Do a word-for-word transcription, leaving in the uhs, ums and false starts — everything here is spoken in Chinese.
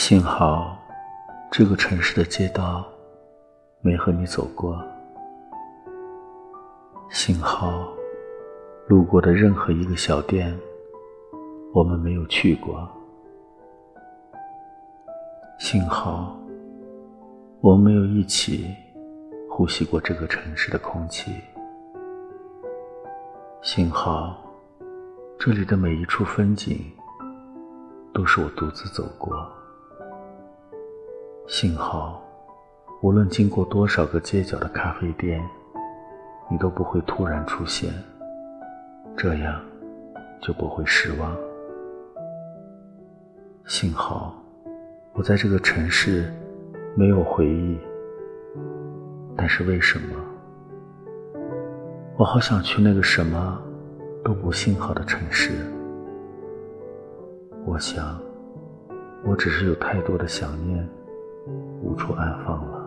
幸好这个城市的街道没和你走过，幸好路过的任何一个小店我们没有去过，幸好我们没有一起呼吸过这个城市的空气，幸好这里的每一处风景都是我独自走过，幸好无论经过多少个街角的咖啡店，你都不会突然出现，这样就不会失望。幸好我在这个城市没有回忆，但是为什么我好想去那个什么都不幸好的城市？我想我只是有太多的想念无处安放了。